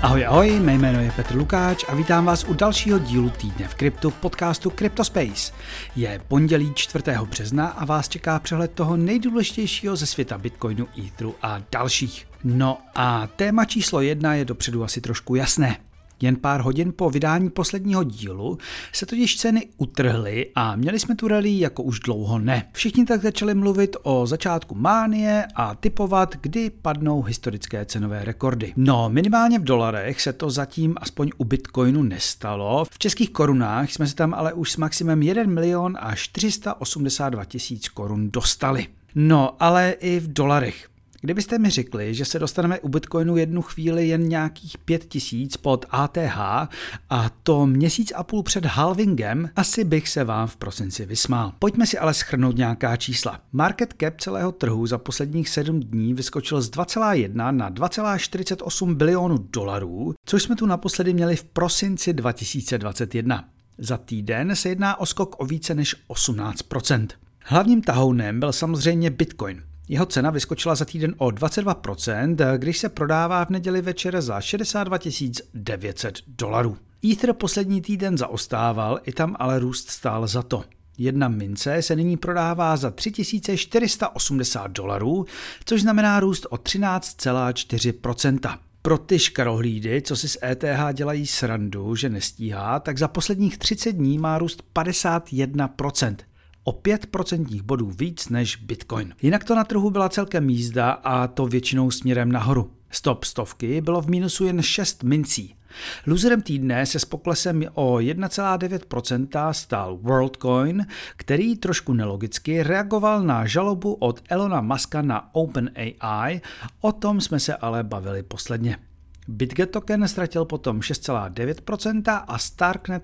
Ahoj, ahoj, mé jméno je Petr Lukáč a vítám vás u dalšího dílu Týdne v kryptu podcastu CryptoSpace. Je pondělí 4. března a vás čeká přehled toho nejdůležitějšího ze světa Bitcoinu, Etheru a dalších. No a téma číslo 1 je dopředu asi trošku jasné. Jen pár hodin po vydání posledního dílu se totiž ceny utrhly a měli jsme tu rally jako už dlouho ne. Všichni tak začali mluvit o začátku mánie a tipovat, kdy padnou historické cenové rekordy. No, minimálně v dolarech se to zatím aspoň u Bitcoinu nestalo. V českých korunách jsme se tam ale už s maximem 1 482 000 korun dostali. No, ale i v dolarech. Kdybyste mi řekli, že se dostaneme u Bitcoinu jednu chvíli jen nějakých 5000 pod ATH a to měsíc a půl před halvingem, asi bych se vám v prosinci vysmál. Pojďme si ale shrnout nějaká čísla. Market cap celého trhu za posledních 7 dní vyskočil z 2,1 na 2,48 bilionů dolarů, což jsme tu naposledy měli v prosinci 2021. Za týden se jedná o skok o více než 18%. Hlavním tahounem byl samozřejmě Bitcoin. Jeho cena vyskočila za týden o 22%, když se prodává v neděli večer za 62 900 dolarů. Ether poslední týden zaostával, i tam ale růst stál za to. Jedna mince se nyní prodává za 3480 dolarů, což znamená růst o 13,4%. Pro ty škarohlídy, co si z ETH dělají srandu, že nestíhá, tak za posledních 30 dní má růst 51%. O 5% bodů víc než Bitcoin. Jinak to na trhu byla celkem jízda a to většinou směrem nahoru. Stop stovky bylo v mínusu jen 6 mincí. Loserem týdne se s poklesem o 1,9% stál WorldCoin, který trošku nelogicky reagoval na žalobu od Elona Muska na OpenAI, o tom jsme se ale bavili posledně. BitGet token ztratil potom 6,9% a Starknet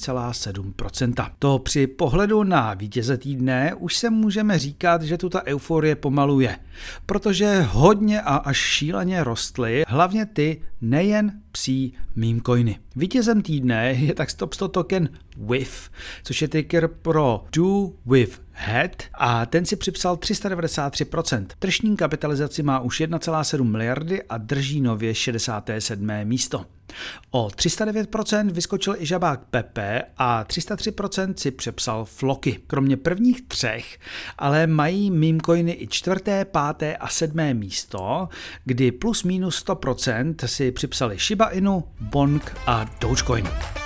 4,7%. To při pohledu na vítěze týdne už se můžeme říkat, že tu ta euforie pomalu je, protože hodně a až šíleně rostly hlavně ty nejen psí meme coiny. Vítězem týdne je tak Stop 100 token WIF, což je ticker pro Do With Head a ten si připsal 393%. Tržní kapitalizaci má už 1,7 miliardy a drží nově 67. místo. O 309% vyskočil i žabák Pepe a 303% si přepsal Floky. Kromě prvních 3, ale mají meme coiny i 4., 5. a 7. místo, kdy plus minus 100% si připsali Shiba Inu, Bonk a Dogecoin.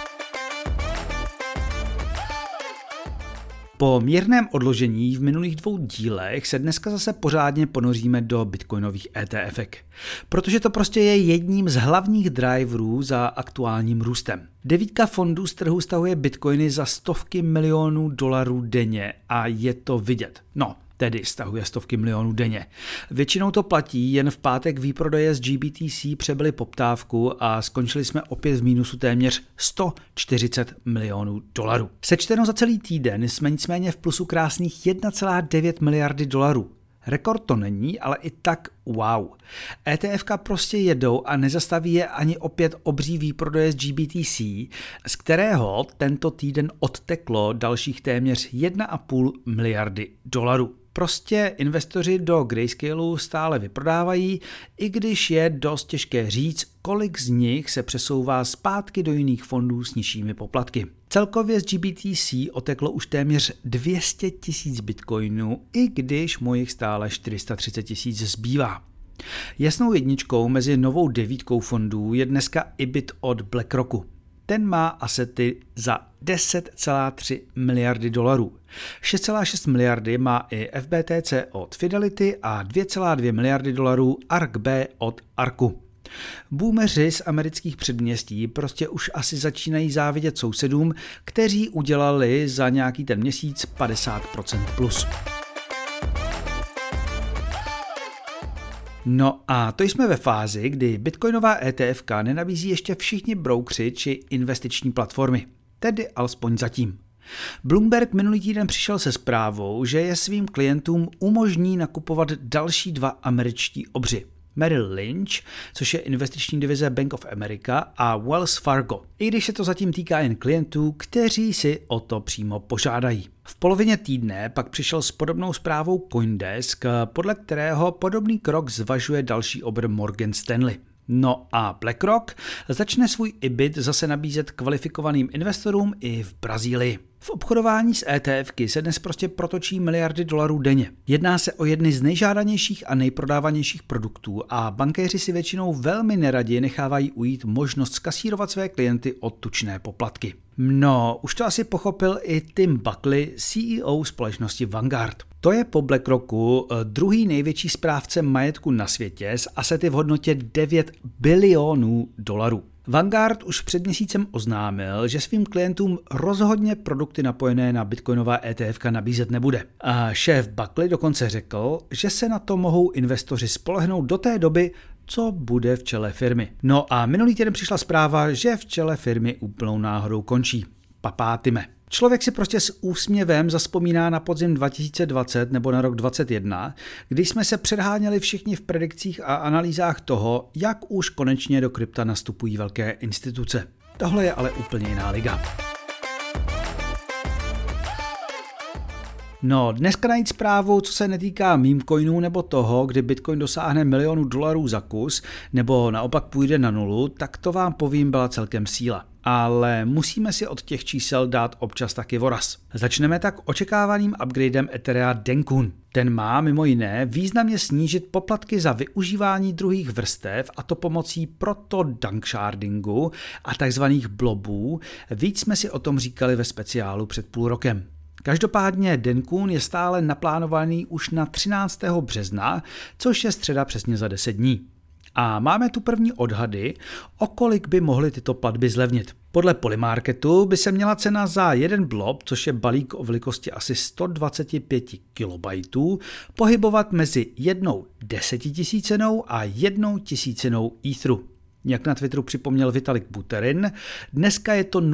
Po mírném odložení v minulých 2 dílech se dneska zase pořádně ponoříme do bitcoinových ETFek, protože to prostě je jedním z hlavních driverů za aktuálním růstem. 9 fondů z trhu stahuje bitcoiny za stovky milionů dolarů denně a je to vidět. No, tedy stahuje stovky milionů denně. Většinou to platí, jen v pátek výprodeje z GBTC přebyly poptávku a skončili jsme opět v mínusu téměř 140 milionů dolarů. Sečteno za celý týden jsme nicméně v plusu krásných 1,9 miliardy dolarů. Rekord to není, ale i tak wow. ETFka prostě jedou a nezastaví je ani opět obří výprodeje z GBTC, z kterého tento týden odteklo dalších téměř 1,5 miliardy dolarů. Prostě investoři do Grayscaleu stále vyprodávají, i když je dost těžké říct, kolik z nich se přesouvá zpátky do jiných fondů s nižšími poplatky. Celkově z GBTC oteklo už téměř 200 000 bitcoinů, i když mojich stále 430 000 zbývá. Jasnou jedničkou mezi novou 9 fondů je dneska IBIT od BlackRocku. Ten má asety za 10,3 miliardy dolarů. 6,6 miliardy má i FBTC od Fidelity a 2,2 miliardy dolarů ARK B od ARKu. Boomeři z amerických předměstí prostě už asi začínají závidět sousedům, kteří udělali za nějaký ten měsíc 50% plus. No a to jsme ve fázi, kdy bitcoinová ETFka nenabízí ještě všichni broukři či investiční platformy. Tedy alespoň zatím. Bloomberg minulý týden přišel se zprávou, že je svým klientům umožní nakupovat další 2 američtí obři. Merrill Lynch, což je investiční divize Bank of America, a Wells Fargo, i když se to zatím týká jen klientů, kteří si o to přímo požádají. V polovině týdne pak přišel s podobnou zprávou CoinDesk, podle kterého podobný krok zvažuje další obr Morgan Stanley. No a BlackRock začne svůj IBIT zase nabízet kvalifikovaným investorům i v Brazílii. V obchodování s ETFky se dnes prostě protočí miliardy dolarů denně. Jedná se o jedny z nejžádanějších a nejprodávanějších produktů a bankéři si většinou velmi neradi nechávají ujít možnost skasírovat své klienty o tučné poplatky. No, už to asi pochopil i Tim Buckley, CEO společnosti Vanguard. To je po BlackRocku druhý největší správce majetku na světě s asety v hodnotě 9 bilionů dolarů. Vanguard už před měsícem oznámil, že svým klientům rozhodně produkty napojené na bitcoinová ETF nabízet nebude. A šéf Buckley dokonce řekl, že se na to mohou investoři spolehnout do té doby, co bude v čele firmy. No a minulý týden přišla zpráva, že v čele firmy úplnou náhodou končí. Papátime. Člověk si prostě s úsměvem zazpomíná na podzim 2020 nebo na rok 2021, kdy jsme se předháněli všichni v predikcích a analýzách toho, jak už konečně do krypta nastupují velké instituce. Tohle je ale úplně jiná liga. No, dneska najít zprávu, co se netýká meme coinů nebo toho, kdy Bitcoin dosáhne milionu dolarů za kus, nebo naopak půjde na nulu, tak to vám povím byla celkem síla. Ale musíme si od těch čísel dát občas taky voraz. Začneme tak očekávaným upgradem Etherea Denkun. Ten má mimo jiné významně snížit poplatky za využívání druhých vrstev, a to pomocí proto-dankshardingu a takzvaných blobů. Víc jsme si o tom říkali ve speciálu před půl rokem. Každopádně Denkun je stále naplánovaný už na 13. března, což je středa přesně za 10 dní. A máme tu první odhady, o kolik by mohly tyto platby zlevnit. Podle Polymarketu by se měla cena za jeden blob, což je balík o velikosti asi 125 KB, pohybovat mezi 1 10 000 a 1 000 Etheru. Jak na Twitteru připomněl Vitalik Buterin, dneska je to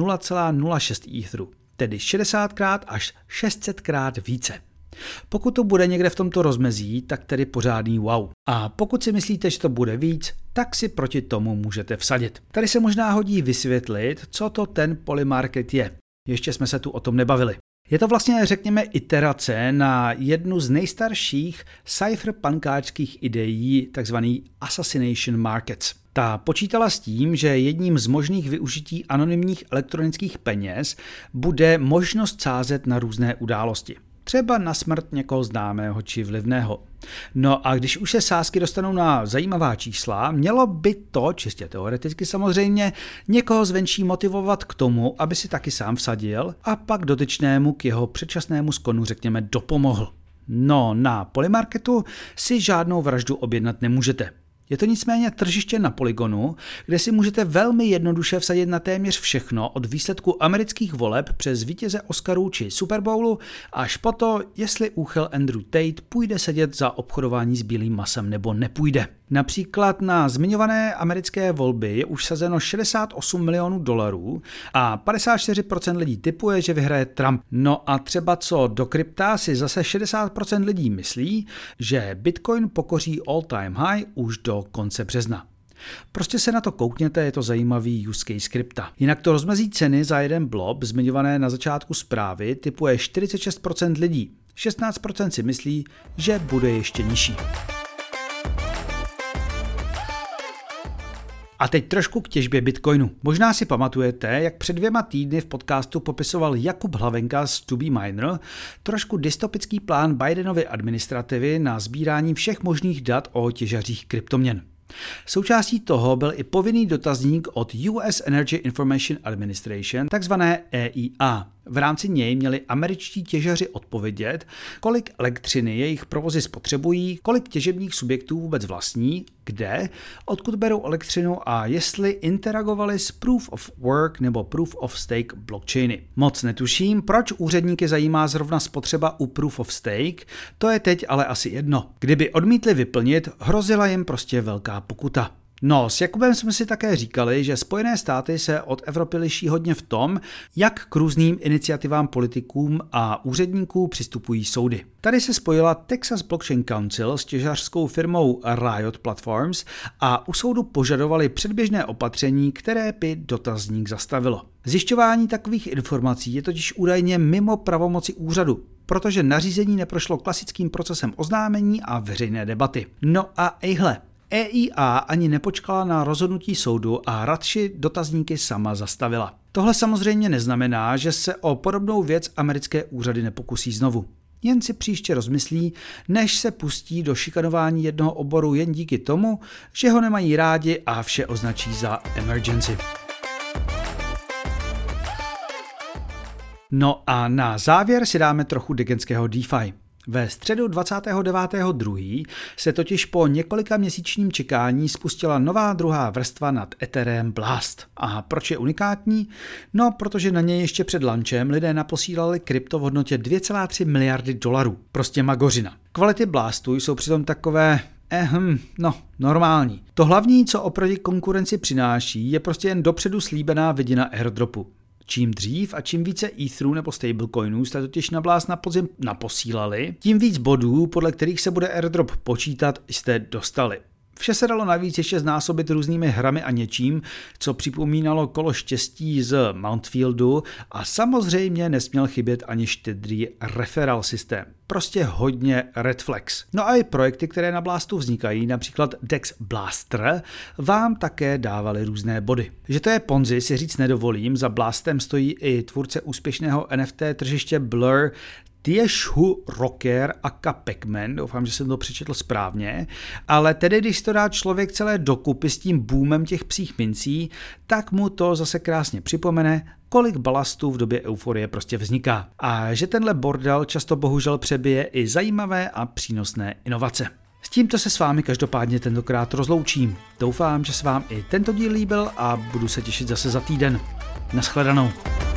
0,06 Etheru, tedy 60krát až 600krát více. Pokud to bude někde v tomto rozmezí, tak tedy pořádný wow. A pokud si myslíte, že to bude víc, tak si proti tomu můžete vsadit. Tady se možná hodí vysvětlit, co to ten Polymarket je. Ještě jsme se tu o tom nebavili. Je to vlastně, řekněme, iterace na jednu z nejstarších cypherpunkáčských ideí, takzvaný assassination markets. Ta počítala s tím, že jedním z možných využití anonymních elektronických peněz bude možnost sázet na různé události. Třeba na smrt někoho známého či vlivného. No a když už se sázky dostanou na zajímavá čísla, mělo by to, čistě teoreticky samozřejmě, někoho zvenčí motivovat k tomu, aby si taky sám vsadil a pak dotyčnému k jeho předčasnému skonu, řekněme, dopomohl. No, na Polymarketu si žádnou vraždu objednat nemůžete. Je to nicméně tržiště na Polygonu, kde si můžete velmi jednoduše vsadit na téměř všechno od výsledku amerických voleb přes vítěze Oscarů či Super Bowlu až po to, jestli úchel Andrew Tate půjde sedět za obchodování s bílým masem nebo nepůjde. Například na zmiňované americké volby je už sazeno 68 milionů dolarů a 54% lidí tipuje, že vyhraje Trump. No a třeba co do krypta si zase 60% lidí myslí, že Bitcoin pokoří all-time high už do konce března. Prostě se na to koukněte, je to zajímavý use case krypta. Jinak to rozmezí ceny za jeden blob, zmiňované na začátku zprávy, tipuje 46% lidí. 16% si myslí, že bude ještě nižší. A teď trošku k těžbě Bitcoinu. Možná si pamatujete, jak před 2 týdny v podcastu popisoval Jakub Hlavenka z To Be Miner trošku dystopický plán Bidenovy administrativy na sbírání všech možných dat o těžařích kryptoměn. Součástí toho byl i povinný dotazník od US Energy Information Administration, takzvané EIA. V rámci něj měli američtí těžaři odpovědět, kolik elektřiny jejich provozy spotřebují, kolik těžebních subjektů vůbec vlastní, kde, odkud berou elektřinu a jestli interagovali s Proof of Work nebo Proof of Stake blockchainy. Moc netuším, proč úředníky zajímá zrovna spotřeba u Proof of Stake, to je teď ale asi jedno. Kdyby odmítli vyplnit, hrozila jim prostě velká pokuta. No, s Jakubem jsme si také říkali, že Spojené státy se od Evropy liší hodně v tom, jak k různým iniciativám politikům a úředníků přistupují soudy. Tady se spojila Texas Blockchain Council s těžařskou firmou Riot Platforms a u soudu požadovali předběžné opatření, které by dotazník zastavilo. Zjišťování takových informací je totiž údajně mimo pravomoci úřadu, protože nařízení neprošlo klasickým procesem oznámení a veřejné debaty. No a ejhle, EIA ani nepočkala na rozhodnutí soudu a radši dotazníky sama zastavila. Tohle samozřejmě neznamená, že se o podobnou věc americké úřady nepokusí znovu. Jen si příště rozmyslí, než se pustí do šikanování jednoho oboru jen díky tomu, že ho nemají rádi a vše označí za emergency. No a na závěr si dáme trochu Diggenského DeFi. Ve středu 29.2. se totiž po několika měsíčním čekání spustila nová druhá vrstva nad Ethereum Blast. A proč je unikátní? No, protože na něj ještě před lunchem lidé naposílali krypto v hodnotě 2,3 miliardy dolarů. Prostě magořina. Kvality Blastu jsou přitom takové normální. To hlavní, co oproti konkurenci přináší, je prostě jen dopředu slíbená vidina airdropu. Čím dřív a čím více etherů nebo stablecoinů jste totiž na Blast na podzim naposílali, tím víc bodů, podle kterých se bude airdrop počítat, jste dostali. Vše se dalo navíc ještě znásobit různými hrami a něčím, co připomínalo kolo štěstí z Mountfieldu a samozřejmě nesměl chybět ani štědrý referral systém. Prostě hodně red flags. No a i projekty, které na Blastu vznikají, například Dex Blaster, vám také dávaly různé body. Že to je Ponzi, si říct nedovolím, za Blastem stojí i tvůrce úspěšného NFT tržiště Blur, Tieshu Rocker a Pac-Man, doufám, že jsem to přečetl správně, ale tedy když to dá člověk celé dokupy s tím boomem těch psích mincí, tak mu to zase krásně připomene, kolik balastů v době euforie prostě vzniká. A že tenhle bordel často bohužel přebije i zajímavé a přínosné inovace. S tímto se s vámi každopádně tentokrát rozloučím. Doufám, že se vám i tento díl líbil a budu se těšit zase za týden. Naschledanou.